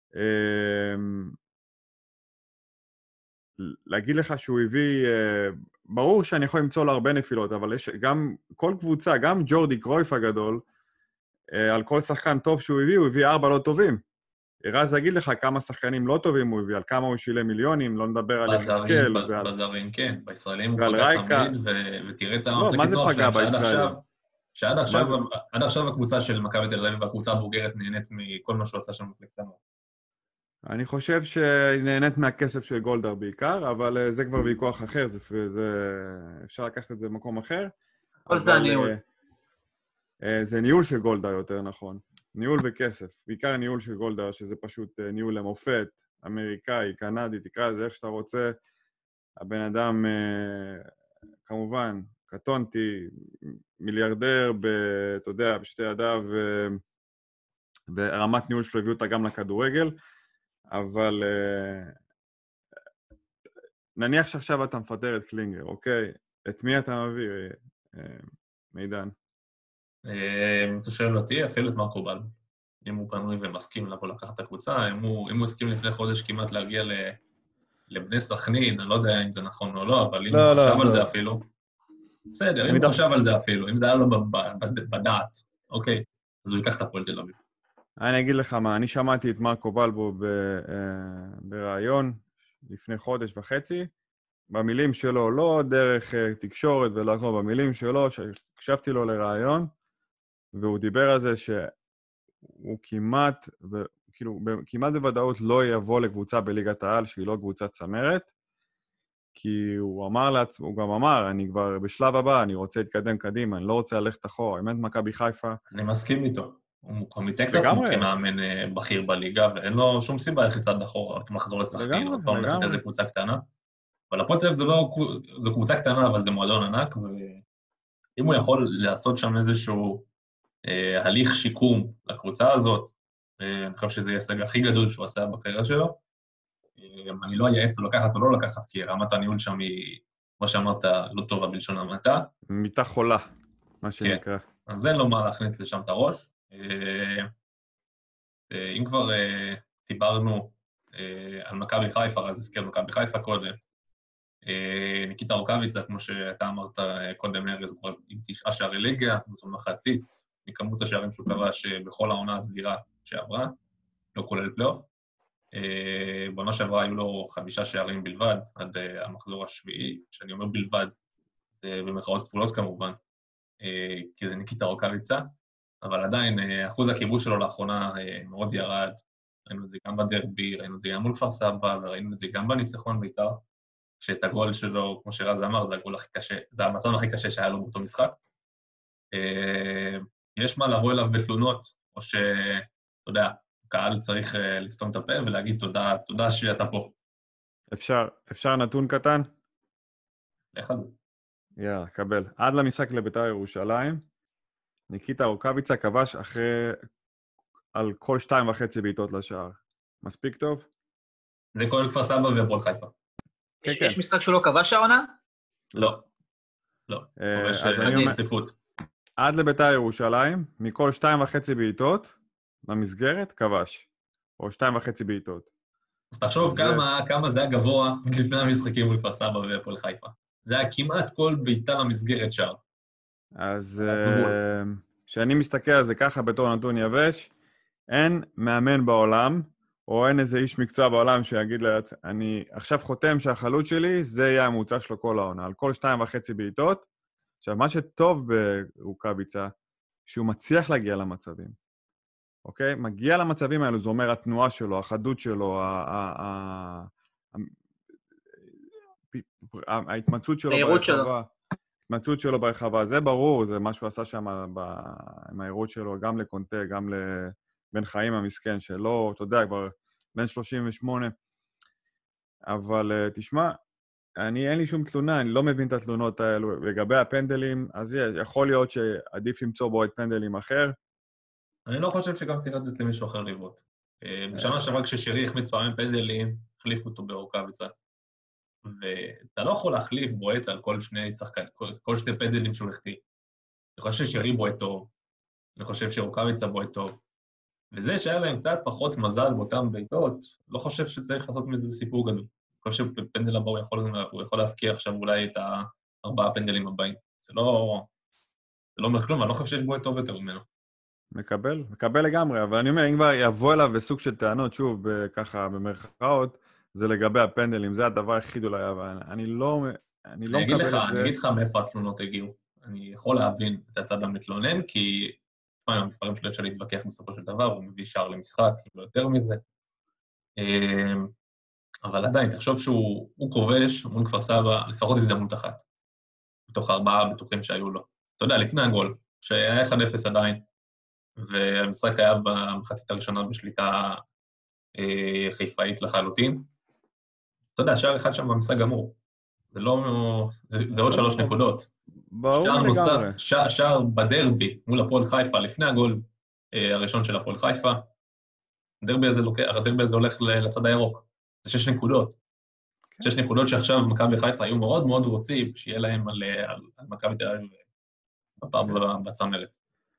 להגיד לך שהוא הביא... ברור שאני יכול למצוא לו הרבה נפילות, אבל יש גם כל קבוצה, גם ג'ורדי קרויף הגדול, על כל שחקן טוב שהוא הביא, הוא הביא 4 לא טובים. רז אגיד לך כמה שחקנים לא טובים הוא הביא, על כמה הוא שילם מיליונים, לא נדבר על יחזקאל. בזרים, כן. בישראלים הוא פוגע תמיד, ותראה את לא, מה זה פגע בישראלים? שעד עכשיו הקבוצה של מכבי תל אביב והקבוצה הבוגרת נהנית מכל מה שהוא עשה שם מחלקת הנוער. אני חושב שהיא נהנית מהכסף של גולדהר בעיקר, אבל זה כבר ויכוח אחר, אפשר לקחת את זה במקום אחר. כל זה הניהול. זה ניהול של גולדהר יותר נכון. ניהול וכסף. בעיקר ניהול של גולדהר, שזה פשוט ניהול למופת, אמריקאי, קנדי, תקרא לזה איך שאתה רוצה. הבן אדם, כמובן, קטונתי, מיליארדר, אתה יודע, בשתי ידיו, ברמת ניהול שלו הביאו אותה גם לכדורגל, אבל נניח שעכשיו אתה מפטר את קלינגר, אוקיי? את מי אתה מביא, מידן? אתה שואל אותי, אפילו את מרקו בלבול. אם הוא פנוי ומסכים לבוא לקחת את הקבוצה, אם הוא הסכים לפני חודש כמעט להגיע לבני סכנין, אני לא יודע אם זה נכון או לא, אבל אם הוא חשב על זה אפילו, בסדר, אם הוא חשב על זה אפילו, אם זה היה לו בדעת, אוקיי, אז הוא ייקח את הפועל תל אביב. אני אגיד לך מה, אני שמעתי את מרקו בלבו ברעיון לפני חודש וחצי, במילים שלו, לא דרך תקשורת ולא הכל, במילים שלו, שהקשבתי לו לרעיון, והוא דיבר על זה שהוא כמעט, כאילו, כמעט בוודאות לא יבוא לקבוצה בליגת העל, שהיא לא קבוצת צמרת, כי הוא אמר לעצמו, הוא גם אמר, אני כבר בשלב הבא, אני רוצה להתקדם קדימה, אני לא רוצה ללכת אחורה, באמת מכבי חיפה. אני מסכים איתו. הוא קומיטק את עצמו כמאמן בכיר בליגה, ואין לו שום סיבה איך לצד אחורה, רק מחזור לשחקין, עוד פעם ללכת איזה קבוצה קטנה. אבל הפועל תל אביב זו קבוצה קטנה, אבל זה מועדון ענק, ואם הוא יכול לעשות שם איזשהו הליך שיקום לקבוצה הזאת, אני חושב שזה ההישג הכי גדול שהוא עשה בקריירה שלו. אני לא אייעץ לו לקחת או לא לקחת, כי רמת הניהול שם היא, כמו שאמרת, לא טובה בלשון המעטה. מיטה חולה, מה שנקרא. אז אין לו מה להכניס לשם את הראש. אם כבר דיברנו על מכבי חיפה, אז הזכיר מכבי חיפה קודם. ניקיטה רוקאביצה, כמו שאתה אמרת קודם ארז, כבר עם 9 שערי ליגה, זו מחצית מכמות השערים שהוא כבש בכל העונה הסדירה שעברה, לא כולל פלייאוף. בעונה שעברה היו לו 5 שערים בלבד, עד המחזור השביעי, שאני אומר בלבד, זה במרכאות כפולות כמובן, כי זה ניקיטה רוקאביצה, אבל עדיין אחוז הכיבוש שלו לאחרונה מאוד ירד, ראינו את זה גם בדרבי, ראינו את זה גם מול כפר סבא, וראינו את זה גם בניצחון בית"ר, שאת הגול שלו, כמו שרז אמר, זה הגול הכי קשה, זה המצב הכי קשה שהיה לו באותו משחק. יש מה לבוא אליו בתלונות, או שאתה יודע, קהל צריך לסתום את הפה ולהגיד תודה שאתה פה. אפשר נתון קטן? איך על זה? יאללה, קבל. עד למשחק לבית"ר ירושלים, ניקיטה רוקאביצה כבש על כל 2.5 בעיטות לשער. מספיק טוב? זה כולל כפר סבא והפועל חיפה. יש משחק שהוא לא כבש העונה? לא. אז אני אומר, רציפות. עד לבית"ר ירושלים, מכל 2.5 בעיטות למסגרת, כבש. או 2.5 בעיטות. אז תחשוב כמה זה היה גבוה לפני המשחקים מול כפר סבא והפועל חיפה. זה היה כמעט כל בעיטה למסגרת שער. אז כשאני מסתכל על זה ככה בתור נתון יבש, אין מאמן בעולם, או אין איזה איש מקצוע בעולם שיגיד אני עכשיו חותם שהחלוץ שלי, זה יהיה הממוצע שלו כל העונה, על כל 2.5 בעיטות. עכשיו, מה שטוב ברוקאביצה, שהוא מצליח להגיע למצבים. אוקיי? מגיע למצבים האלו, זה אומר התנועה שלו, החדות שלו, ההתמצאות שלו ברחבה. ההתמצאות שלו ברחבה, זה ברור, זה מה שהוא עשה שם עם העירות שלו, גם לקונטה, גם לבן חיים המסכן שלו, אתה יודע, כבר בן 38. אבל תשמע, אין לי שום תלונה, אני לא מבין את התלונות האלו. לגבי הפנדלים, אז יכול להיות שעדיף למצוא בו את פנדלים אחר. אני לא חושב שגם צריך לתת למישהו אחר לבעוט. בשנה שעברה כששירי החמיץ פעמים פנדלים, החליפו אותו ברוקאביצה. ואתה לא יכול להחליף בועט על כל שני פנדלים שהוא החטיא. אני חושב ששירי בועט טוב, אני חושב שרוקאביצה בועט טוב. וזה שהיה להם קצת פחות מזל באותם בעיטות, לא חושב שצריך לעשות מזה סיפור גדול. אני חושב שבפנדל הבא הוא יכול להפקיע עכשיו אולי את 4 פנדלים הבאים. זה לא אומר כלום, אני לא חושב שיש בועט טוב יותר ממנו. מקבל לגמרי, אבל אני אומר, אם כבר יבוא אליו בסוג של טענות, שוב, ככה במרכאות, זה לגבי הפנדלים, זה הדבר הכי אולי, אבל אני לא מקבל את זה. אני אגיד לך מאיפה התלונות הגיעו. אני יכול להבין את הצד המתלונן, כי המספרים שלו אפשר להתווכח בסופו של דבר, הוא מביא שער למשחק, לא יותר מזה. אבל עדיין, תחשוב שהוא כובש מול כפר סבא, לפחות הזדמנות אחת, בתוך 4 בטוחים שהיו לו. אתה יודע, לפני הגול, שהיה 1-0 עדיין, והמשחק היה במחצית הראשונה בשליטה חיפאית לחלוטין. אתה יודע, שער אחד שם במשחק גמור. זה עוד 3 נקודות. שער נוסף, שער בדרבי מול הפועל חיפה, לפני הגול הראשון של הפועל חיפה, הדרבי הזה הולך לצד הירוק. זה 6 נקודות. 6 נקודות שעכשיו מכבי חיפה היו מאוד מאוד רוצים שיהיה להם על מכבי תל אביב בפעם בצמרת.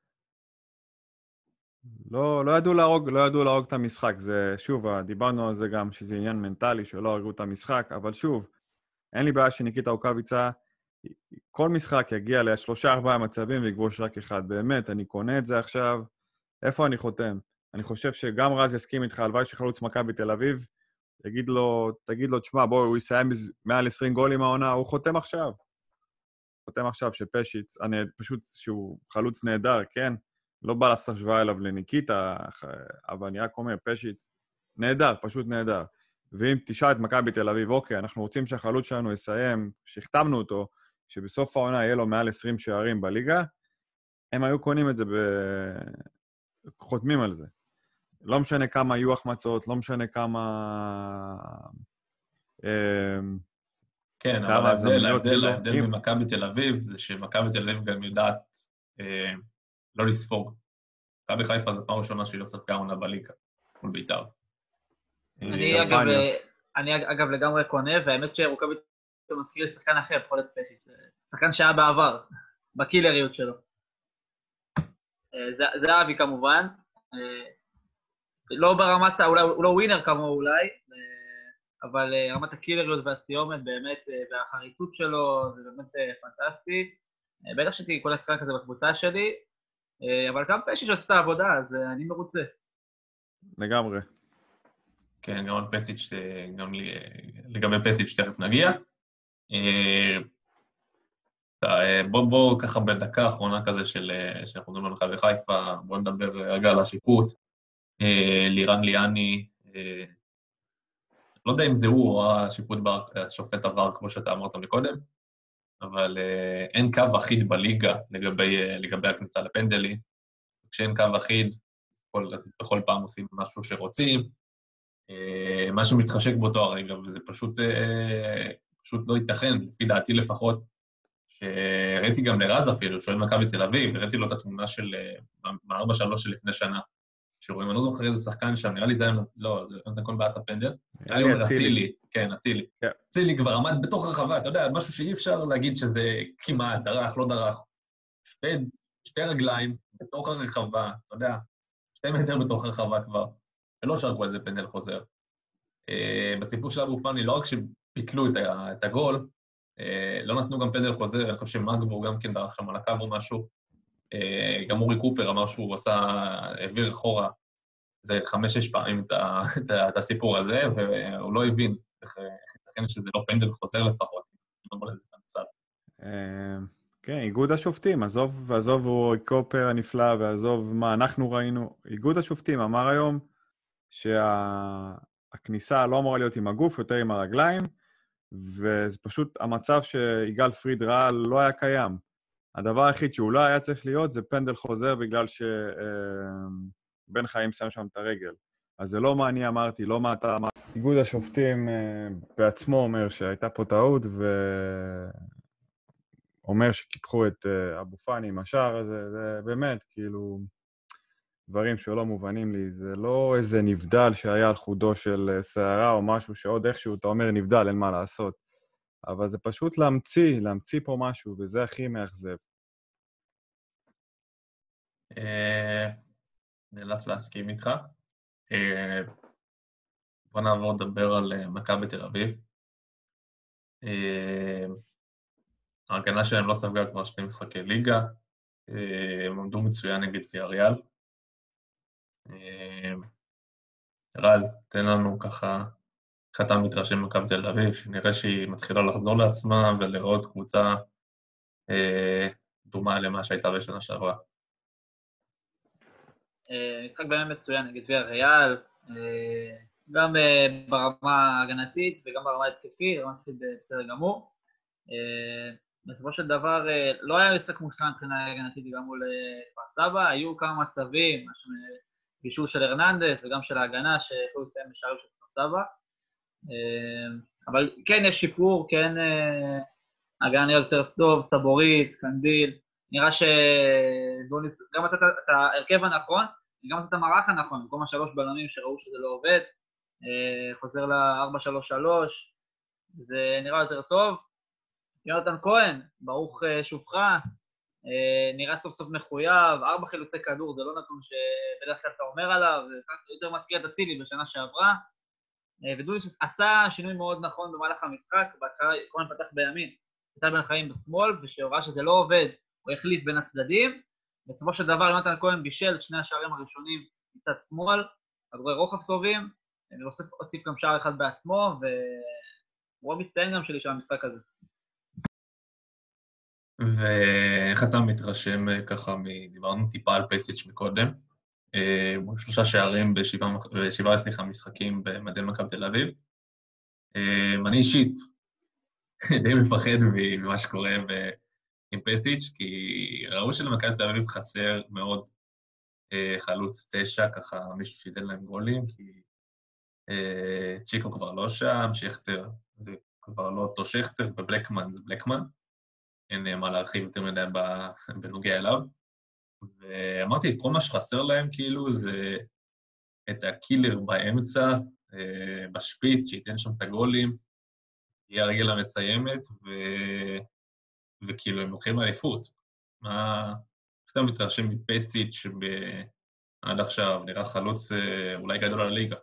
לא ידעו להרוג את המשחק. זה, שוב, דיברנו על זה גם, שזה עניין מנטלי, שלא הרגו את המשחק, אבל שוב, אין לי בעיה שניקיטה רוקאביצה, כל משחק יגיע ל3-4 מצבים ויגבוש רק אחד. באמת, אני קונה את זה עכשיו. איפה אני חותם? אני חושב שגם רז יסכים איתך, הלוואי שחלוץ מכבי תל אביב, תגיד לו, תשמע, בוא, הוא יסיים מעל 20 גולים העונה, הוא חותם עכשיו. חותם עכשיו שפשיץ, פשוט שהוא חלוץ נהדר, כן? לא בא לעשות השוואה אליו לניקיטה, אבל אני רק אומר, פשיץ, נהדר, פשוט נהדר. ואם תשאל את מכבי תל אביב, אוקיי, אנחנו רוצים שהחלוץ שלנו יסיים, שהחתמנו אותו, שבסוף העונה יהיה לו מעל 20 שערים בליגה, הם היו קונים את זה, חותמים על זה. לא משנה כמה יהיו החמצות, לא משנה כמה... כן, אבל ההבדל ממכבי תל אביב זה שמכבי תל אביב גם יודעת לא לספוג. מכבי חיפה זה פעם ראשונה שהיא לא ספגה עונה בליגה, מול בית"ר. אני אגב לגמרי קונה, והאמת שרוקאביצה מזכיר לי שחקן אחר, יכול להיות פשיט. שחקן שהיה בעבר, בקילריות שלו. זה אבי כמובן. לא ברמת, הוא לא ווינר כמוהו אולי, אבל רמת הקילריות והסיומת באמת, והחריצות שלו, זה באמת פנטסטי. בטח שתהיה כל השחקן כזה בקבוצה שלי, אבל גם פשיט שעושה עבודה, אז אני מרוצה. לגמרי. כן, גם על פסיץ', גם לגבי פסיץ' תכף נגיע. בוא ככה בדקה האחרונה כזה שאנחנו מדברים על מכבי חיפה, בוא נדבר רגע על השיפוט. לירן ליאני לא יודע אם זה הוא או השופט עבר, כמו שאתה אמרת מקודם, אבל אין קו אחיד בליגה לגבי הכניסה לפנדלים. כשאין קו אחיד, אז בכל פעם עושים משהו שרוצים, מה שמתחשק באותו הרגע, וזה פשוט לא ייתכן, לפי דעתי לפחות, שראיתי גם לרז אפילו, שואל מכבי תל אביב, וראיתי לו את התמונה של ב-4-3 של לפני שנה, שרואים, אני לא זוכר איזה שחקן שם, נראה לי זה היה, לא, זה נתן כל בעיית הפנדל, נראה לי אומר אצילי, כן, אצילי. אצילי כבר עמד בתוך הרחבה, אתה יודע, משהו שאי אפשר להגיד שזה כמעט, דרך, לא דרך, שתי רגליים בתוך הרחבה, אתה יודע, 2 מטר בתוך הרחבה כבר, ולא שרקו איזה פנדל חוזר. בסיפור של אבו פאני, לא רק שביטלו את הגול, לא נתנו גם פנדל חוזר, אני חושב שמגבור גם כן דרך שם על הקו או משהו, גם אורי קופר אמר שהוא העביר אחורה, זה 5-6 פעמים את הסיפור הזה, והוא לא הבין איך ייתכן שזה לא פנדל חוזר לפחות, לא אומר לזה כנוסד. כן, איגוד השופטים, עזוב אורי קופר הנפלא, ועזוב מה אנחנו ראינו, איגוד השופטים אמר היום שהכניסה לא אמורה להיות עם הגוף, יותר עם הרגליים, וזה פשוט המצב שיגאל פריד ראה לא היה קיים. הדבר היחיד שהוא לא היה צריך להיות זה פנדל חוזר בגלל שבן חיים שם שם את הרגל. אז זה לא מה אני אמרתי, לא מה אתה אמרת. איגוד השופטים בעצמו אומר שהייתה פה טעות, ואומר שקיפחו את אבו פאני עם השער הזה, זה באמת כאילו דברים שלא מובנים לי. זה לא איזה נבדל שהיה על חודו של שערה או משהו שעוד איכשהו אתה אומר נבדל, אין מה לעשות. אבל זה פשוט להמציא פה משהו, וזה הכי מאכזב. נאלץ להסכים איתך. בוא נעבור לדבר על מכבי תל אביב. ההגנה שלהם לא ספגה כבר 2 משחקי ליגה, הם עמדו מצוין נגד ויאריאל. רז, תן לנו ככה, איך אתה מתרשם ממכבי תל אביב, שנראה שהיא מתחילה לחזור לעצמה ולראות קבוצה דומה למה שהייתה בשנה שעברה. משחק באמת מצוין נגד ויאריאל, גם ברמה ההגנתית וגם ברמה ההתקפית, ברמה ההתקפית בסדר גמור. בסופו של דבר לא היה משחק מושלם מבחינה הגנתית גם מול כפר סבא, היו כמה מצבים, בישול של הרננדס וגם של ההגנה שיכולו לסיים בשערים של כפר סבא. אבל כן יש שיפור, כן הגנה נראה יותר טוב, סבורית, קנדיל, נראה שגם אתה את ההרכב הנכון, וגם את המערך הנכון, במקום 3 בלמים שראו שזה לא עובד, חוזר ל-4-3-3, זה נראה יותר טוב. יונתן כהן, ברוך שובך, נראה סוף סוף מחויב, 4 חילוצי כדור, זה לא נתון שבדרך כלל אתה אומר עליו, זה יותר מזכיר את אצילי בשנה שעברה, ודוליץ' עשה שינוי מאוד נכון במהלך המשחק, בהתחלה כהן פתח בימין, פתח בן חיים בשמאל, ושהוראה שזה לא עובד, הוא החליף בין הצדדים, בסופו של דבר יונתן כהן בישל את 2 השערים הראשונים מצד שמאל, כדורי רוחב טובים, והוסיף גם שער אחד בעצמו, והוא מסתיים גם שלי של המשחק הזה. ואיך אתה מתרשם ככה, דיברנו טיפה על פייסיץ' מקודם, 3 שערים ב7 משחקים במדי מכבי תל אביב. אני אישית די מפחד ממה שקורה עם פייסיץ', כי ראו שלמכבי תל אביב חסר מאוד חלוץ 9, ככה מישהו שיתן להם גולים, כי צ'יקו כבר לא שם, שכטר זה כבר לא אותו שכטר, ובלקמן זה בלקמן. אין מה להרחיב יותר מדי בנוגע אליו. ואמרתי, כל מה שחסר להם כאילו זה את הקילר באמצע, בשפיץ, שייתן שם את הגולים, יהיה הרגל המסיימת, וכאילו הם לוקחים אליפות. איך אתה מתרשם מפייסיץ' שעד עכשיו נראה חלוץ אולי גדול על הליגה?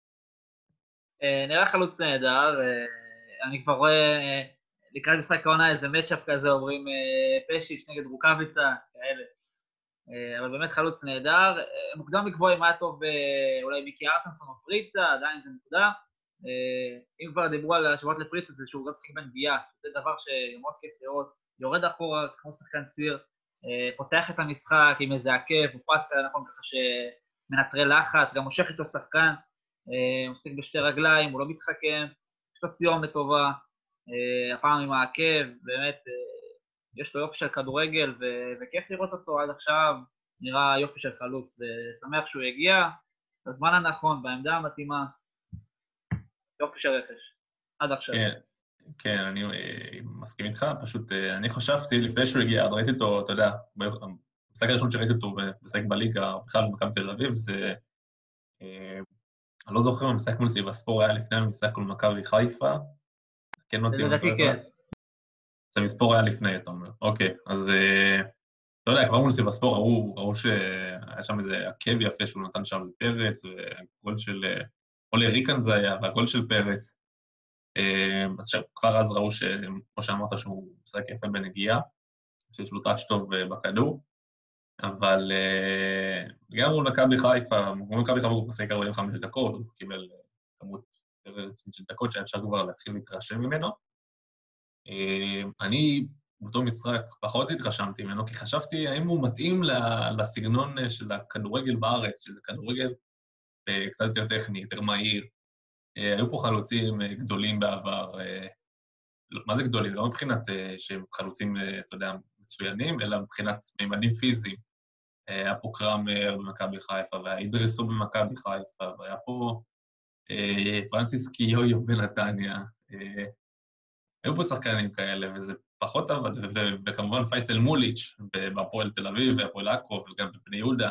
נראה חלוץ נהדר, אני כבר רואה לקראת משחק העונה איזה מצ'אפ כזה, אומרים פשיץ' נגד רוקאביצה, כאלה. אבל באמת חלוץ נהדר. מוקדם לקבוע אם היה טוב אולי מיקי ארטנסון או פריצה, עדיין זה נקודה. אם כבר דיברו על השבועות לפריצה, זה שהוא גם שחק בנגיעה, זה דבר שמאוד כיף לראות, יורד אחורה כמו שחקן ציר, פותח את המשחק עם איזה עקב, הוא פס כאלה נכון ככה שמנטרי לחץ, גם מושך איתו שחקן, הוא משחק בשתי רגליים, הוא לא מתחכם, יש לו סיומת טובה, הפעם עם העקב, באמת, יש לו יופי של כדורגל, וכיף לראות אותו עד עכשיו, נראה יופי של חלוץ, ושמח שהוא הגיע, בזמן הנכון, בעמדה המתאימה, יופי של רכש, עד עכשיו. כן, אני מסכים איתך, פשוט אני חשבתי, לפני שהוא הגיע, אז ראיתי אותו, אתה יודע, המשחק הראשון שראיתי אותו משחק בליגה, בכלל במכבי תל אביב, זה, אני לא זוכר אם המשחק מול סיבספור היה לפני המשחק מול מכבי חיפה, כן אותי, זה מספור היה לפני, אתה אומר. אוקיי, אז אתה יודע, כבר מול סיבספור ראו שהיה שם איזה עקב יפה שהוא נתן שם לפרץ, והגול של, או לריקן זה היה, והגול של פרץ. אז כבר אז ראו כמו שאמרת שהוא משחק יפה בנגיעה, שיש לו טאץ' טוב בכדור, אבל גם מול מכבי חיפה, מול מכבי חיפה הוא משחק 45 דקות, הוא קיבל כמות רצינית של דקות שהיה אפשר כבר להתחיל להתרשם ממנו. אני באותו משחק פחות התרשמתי ממנו, כי חשבתי האם הוא מתאים לסגנון של הכדורגל בארץ, שזה כדורגל קצת יותר טכני, יותר מהיר. היו פה חלוצים גדולים בעבר, מה זה גדולים? לא מבחינת שהם חלוצים, אתה יודע, מצוינים, אלא מבחינת מימדים פיזיים. היה פה קרמר במכבי חיפה, והיה אידריסו במכבי חיפה, והיה פה פרנסיס קיויו בנתניה. היו פה שחקנים כאלה, וזה פחות עבד, וכמובן פייסל מוליץ' בהפועל תל אביב, והפועל עכו, וגם בבני יהודה.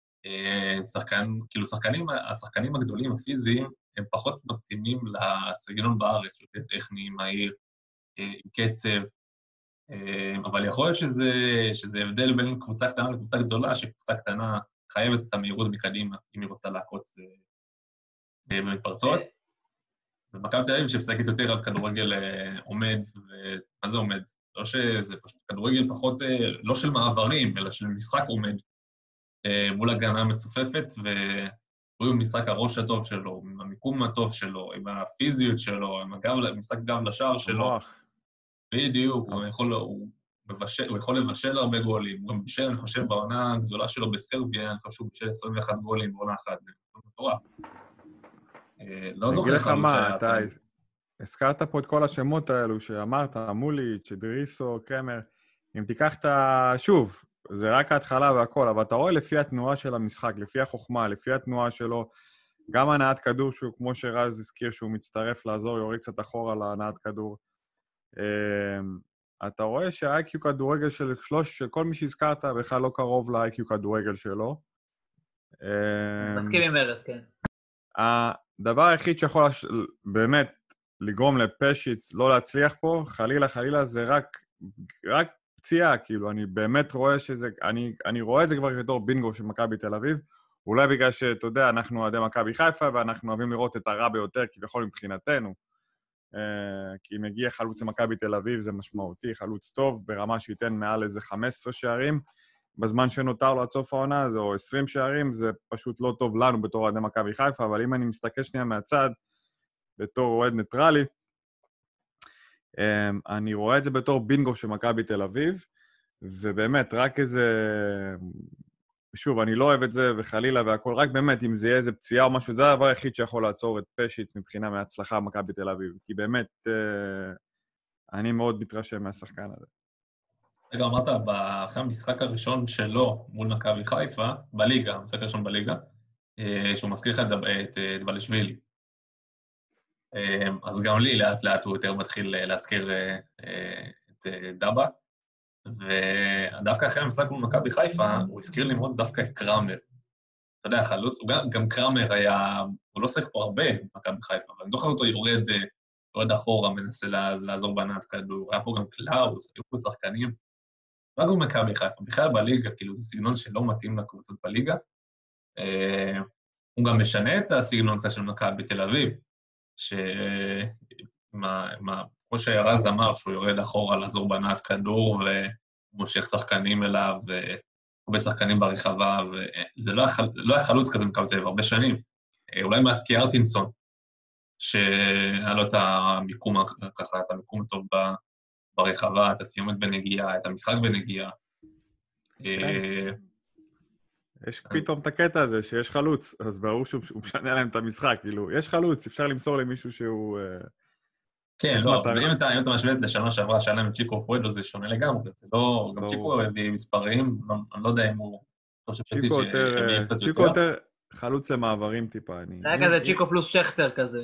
השחקנים הגדולים, הפיזיים, הם פחות מתאימים לסגנון בארץ, יותר טכני, מהיר, עם קצב, אבל יכול להיות שזה הבדל בין קבוצה קטנה לקבוצה גדולה, שקבוצה קטנה חייבת את המהירות מקדימה, אם היא רוצה לעקוץ במתפרצות. ומכבי תל אביב שהפסקת יותר על כדורגל עומד, ומה זה עומד? לא שזה פשוט כדורגל פחות, לא של מעברים, אלא של משחק עומד, מול הגנה מצופפת, והוא עם משחק הראש הטוב שלו, עם המיקום הטוב שלו, עם הפיזיות שלו, עם משחק גב לשער שלו. בדיוק, הוא יכול לבשל הרבה גולים. הוא מבשל, אני חושב, בעונה הגדולה שלו בסרביה, אני חושב שהוא בשל 21 גולים בעונה אחת, זה מטורף. לא זוכר חלוץ שהיה עשה. הזכרת פה את כל השמות האלו שאמרת, מוליץ', דריסו, קרמר. אם תיקח שוב, זה רק ההתחלה והכל, אבל אתה רואה לפי התנועה של המשחק, לפי החוכמה, לפי התנועה שלו, גם הנעת כדור שהוא, כמו שרז הזכיר, שהוא מצטרף לעזור, יוריד קצת אחורה להנעת כדור. אתה רואה שה-IQ כדורגל של כל מי שהזכרת בכלל לא קרוב ל-IQ כדורגל שלו. מסכים עם ארז, כן. הדבר היחיד שיכול באמת לגרום לפשיץ לא להצליח פה, חלילה, זה רק פציעה, כאילו, אני באמת רואה שזה, אני רואה את זה כבר בתור בינגו של מכבי תל אביב, אולי בגלל שאתה יודע, אנחנו אוהדי מכבי חיפה, ואנחנו אוהבים לראות את הרע ביותר, כביכול מבחינתנו, כי מגיע חלוץ למכבי תל אביב, זה משמעותי, חלוץ טוב, ברמה שייתן מעל איזה 15 שערים, בזמן שנותר לו עד סוף העונה, או 20 שערים, זה פשוט לא טוב לנו בתור אוהדי מכבי חיפה, אבל אם אני מסתכל שנייה מהצד, בתור אוהד ניטרלי, אני רואה את זה בתור בינגו של מכבי תל אביב, ובאמת, רק איזה... שוב, אני לא אוהב את זה, וחלילה והכל, רק באמת, אם זה יהיה איזה פציעה או משהו, זה הדבר היחיד שיכול לעצור את פשיץ מבחינה מההצלחה במכבי תל אביב, כי באמת, אני מאוד מתרשם מהשחקן הזה. רגע, אמרת, אחרי המשחק הראשון שלו מול מכבי חיפה, בליגה, המשחק הראשון בליגה, שהוא מזכיר לך את דבלשווילי. אז גם לי לאט לאט הוא יותר מתחיל להזכיר את דאבה, ודווקא אחרי המשחק מול מכבי חיפה, הוא הזכיר לי מאוד דווקא את קרמר. אתה יודע, חלוץ, גם קרמר היה, הוא לא עוסק פה הרבה במכבי חיפה, אבל אני זוכר אותו יורד אחורה, מנסה לעזור בהנעת כדור, היה פה גם קלאוס, היו פה שחקנים, רק הוא מכבי חיפה, בכלל בליגה, כאילו זה סגנון שלא מתאים לקבוצות בליגה, הוא גם משנה את הסגנון של מכבי בתל אביב, כמו שרז אמר, שהוא יורד אחורה לעזור בהנעת כדור, ומושך שחקנים אליו, והרבה שחקנים ברחבה, וזה לא היה חלוץ כזה מכבי תל אביב, הרבה שנים. אולי מאז קיארטינסון, שהיה לו את המיקום, ככה, את המיקום הטוב ברחבה, את הסיומת בנגיעה, את המשחק בנגיעה. יש פתאום את הקטע הזה שיש חלוץ, אז ברור שהוא משנה להם את המשחק, כאילו, יש חלוץ, אפשר למסור למישהו שהוא... כן, לא, אם אתה משווה את לשנה שעברה, שהיה להם צ'יקו פואדו, זה שונה לגמרי, זה לא... גם צ'יקו הביא מספרים, אני לא יודע אם הוא... צ'יקו יותר חלוץ למעברים טיפה. זה היה כזה צ'יקו פלוס שכטר כזה.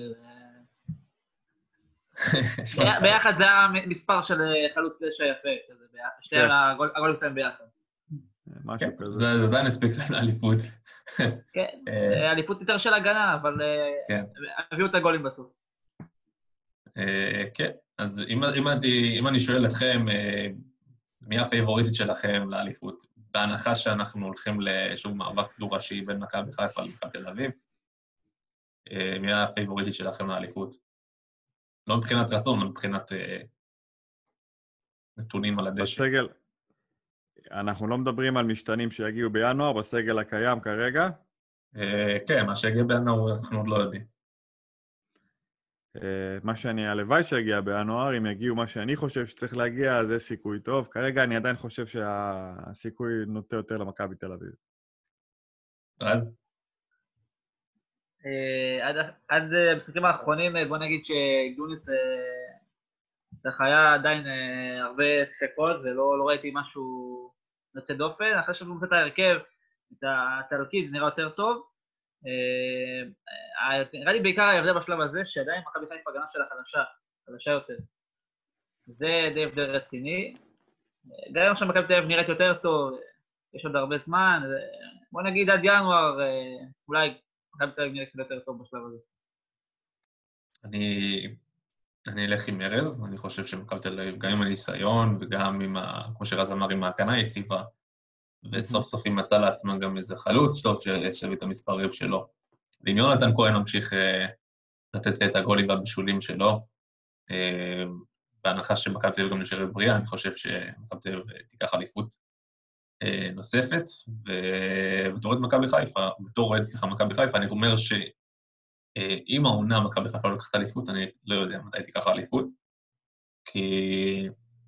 ביחד זה היה מספר של חלוץ תשע יפה, שתי הגולים שלהם ביחד. משהו כזה. זה עדיין הספיק לאליפות. כן, אליפות יותר של הגנה, אבל הביאו את הגולים בסוף. כן, אז אם אני שואל אתכם, מי הפייבוריטית שלכם לאליפות? בהנחה שאנחנו הולכים לשוב מאבק דו-ראשי בין מכבי חיפה למכבי תל אביב, מי הפייבוריטית שלכם לאליפות? לא מבחינת רצון, אבל מבחינת נתונים על הדשא. בסגל, אנחנו לא מדברים על משתנים שיגיעו בינואר, בסגל הקיים כרגע? כן, מה שיגיע בינואר אנחנו עוד לא יודעים. מה שאני הלוואי שיגיע בינואר, אם יגיעו מה שאני חושב שצריך להגיע, זה סיכוי טוב. כרגע אני עדיין חושב שהסיכוי נוטה יותר למכבי תל אביב. אז? עד המשחקים האחרונים, בוא נגיד שגדוניס היה עדיין הרבה ספקות, ולא ראיתי משהו יוצא דופן. אחרי שבו קצת ההרכב, את התלקיד, זה נראה יותר טוב. נראה לי בעיקר ההבדל בשלב הזה, שעדיין מכבי חיפה הגנה שלה חדשה יותר. זה די הבדל רציני. גם אם שמכבי תל אביב נראית יותר טוב, יש עוד הרבה זמן, בוא נגיד עד ינואר, אולי מכבי תל אביב נראית יותר טוב בשלב הזה. אני אלך עם ארז, אני חושב שמכבי תל אביב, גם עם הניסיון וגם עם, כמו שרז אמר, עם ההגנה יציבה, וסוף סוף היא מצאה לעצמה גם איזה חלוץ טוב שיביא את המספרים שלו. ואם יונתן כהן ממשיך לתת את הגולים והבישולים שלו, בהנחה שמכבי תל אביב גם נשארת בריאה, אני חושב שמכבי תל אביב תיקח אליפות נוספת, ובתור מכבי חיפה, מכבי חיפה, אני אומר שאם העונה מכבי חיפה לא לקחת אליפות, אני לא יודע מתי תיקח אליפות, כי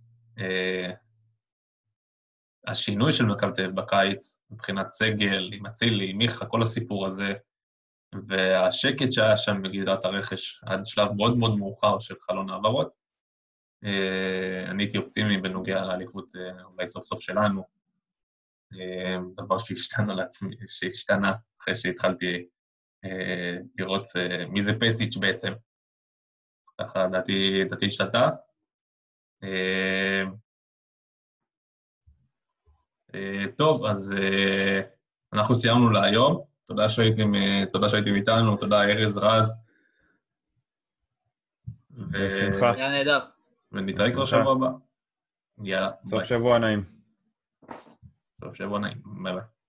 השינוי של מכבי תל אביב בקיץ, מבחינת סגל, עם אצילי, עם מיכה, כל הסיפור הזה, והשקט שהיה שם בגזרת הרכש עד שלב מאוד מאוד מאוחר של חלון העברות, אני הייתי אופטימי בנוגע לאליפות אולי סוף סוף שלנו, דבר שהשתנה אחרי שהתחלתי לראות מי זה פסיץ' בעצם. ככה דעתי השתנתה. טוב, אז אנחנו סיימנו להיום. תודה שהייתם איתנו, תודה ארז רז. בשמחה. היה נהדר. ונתראה כבר שבוע הבא. יאללה, סוף שבוע נעים. סוף שבוע נעים, ביי ביי.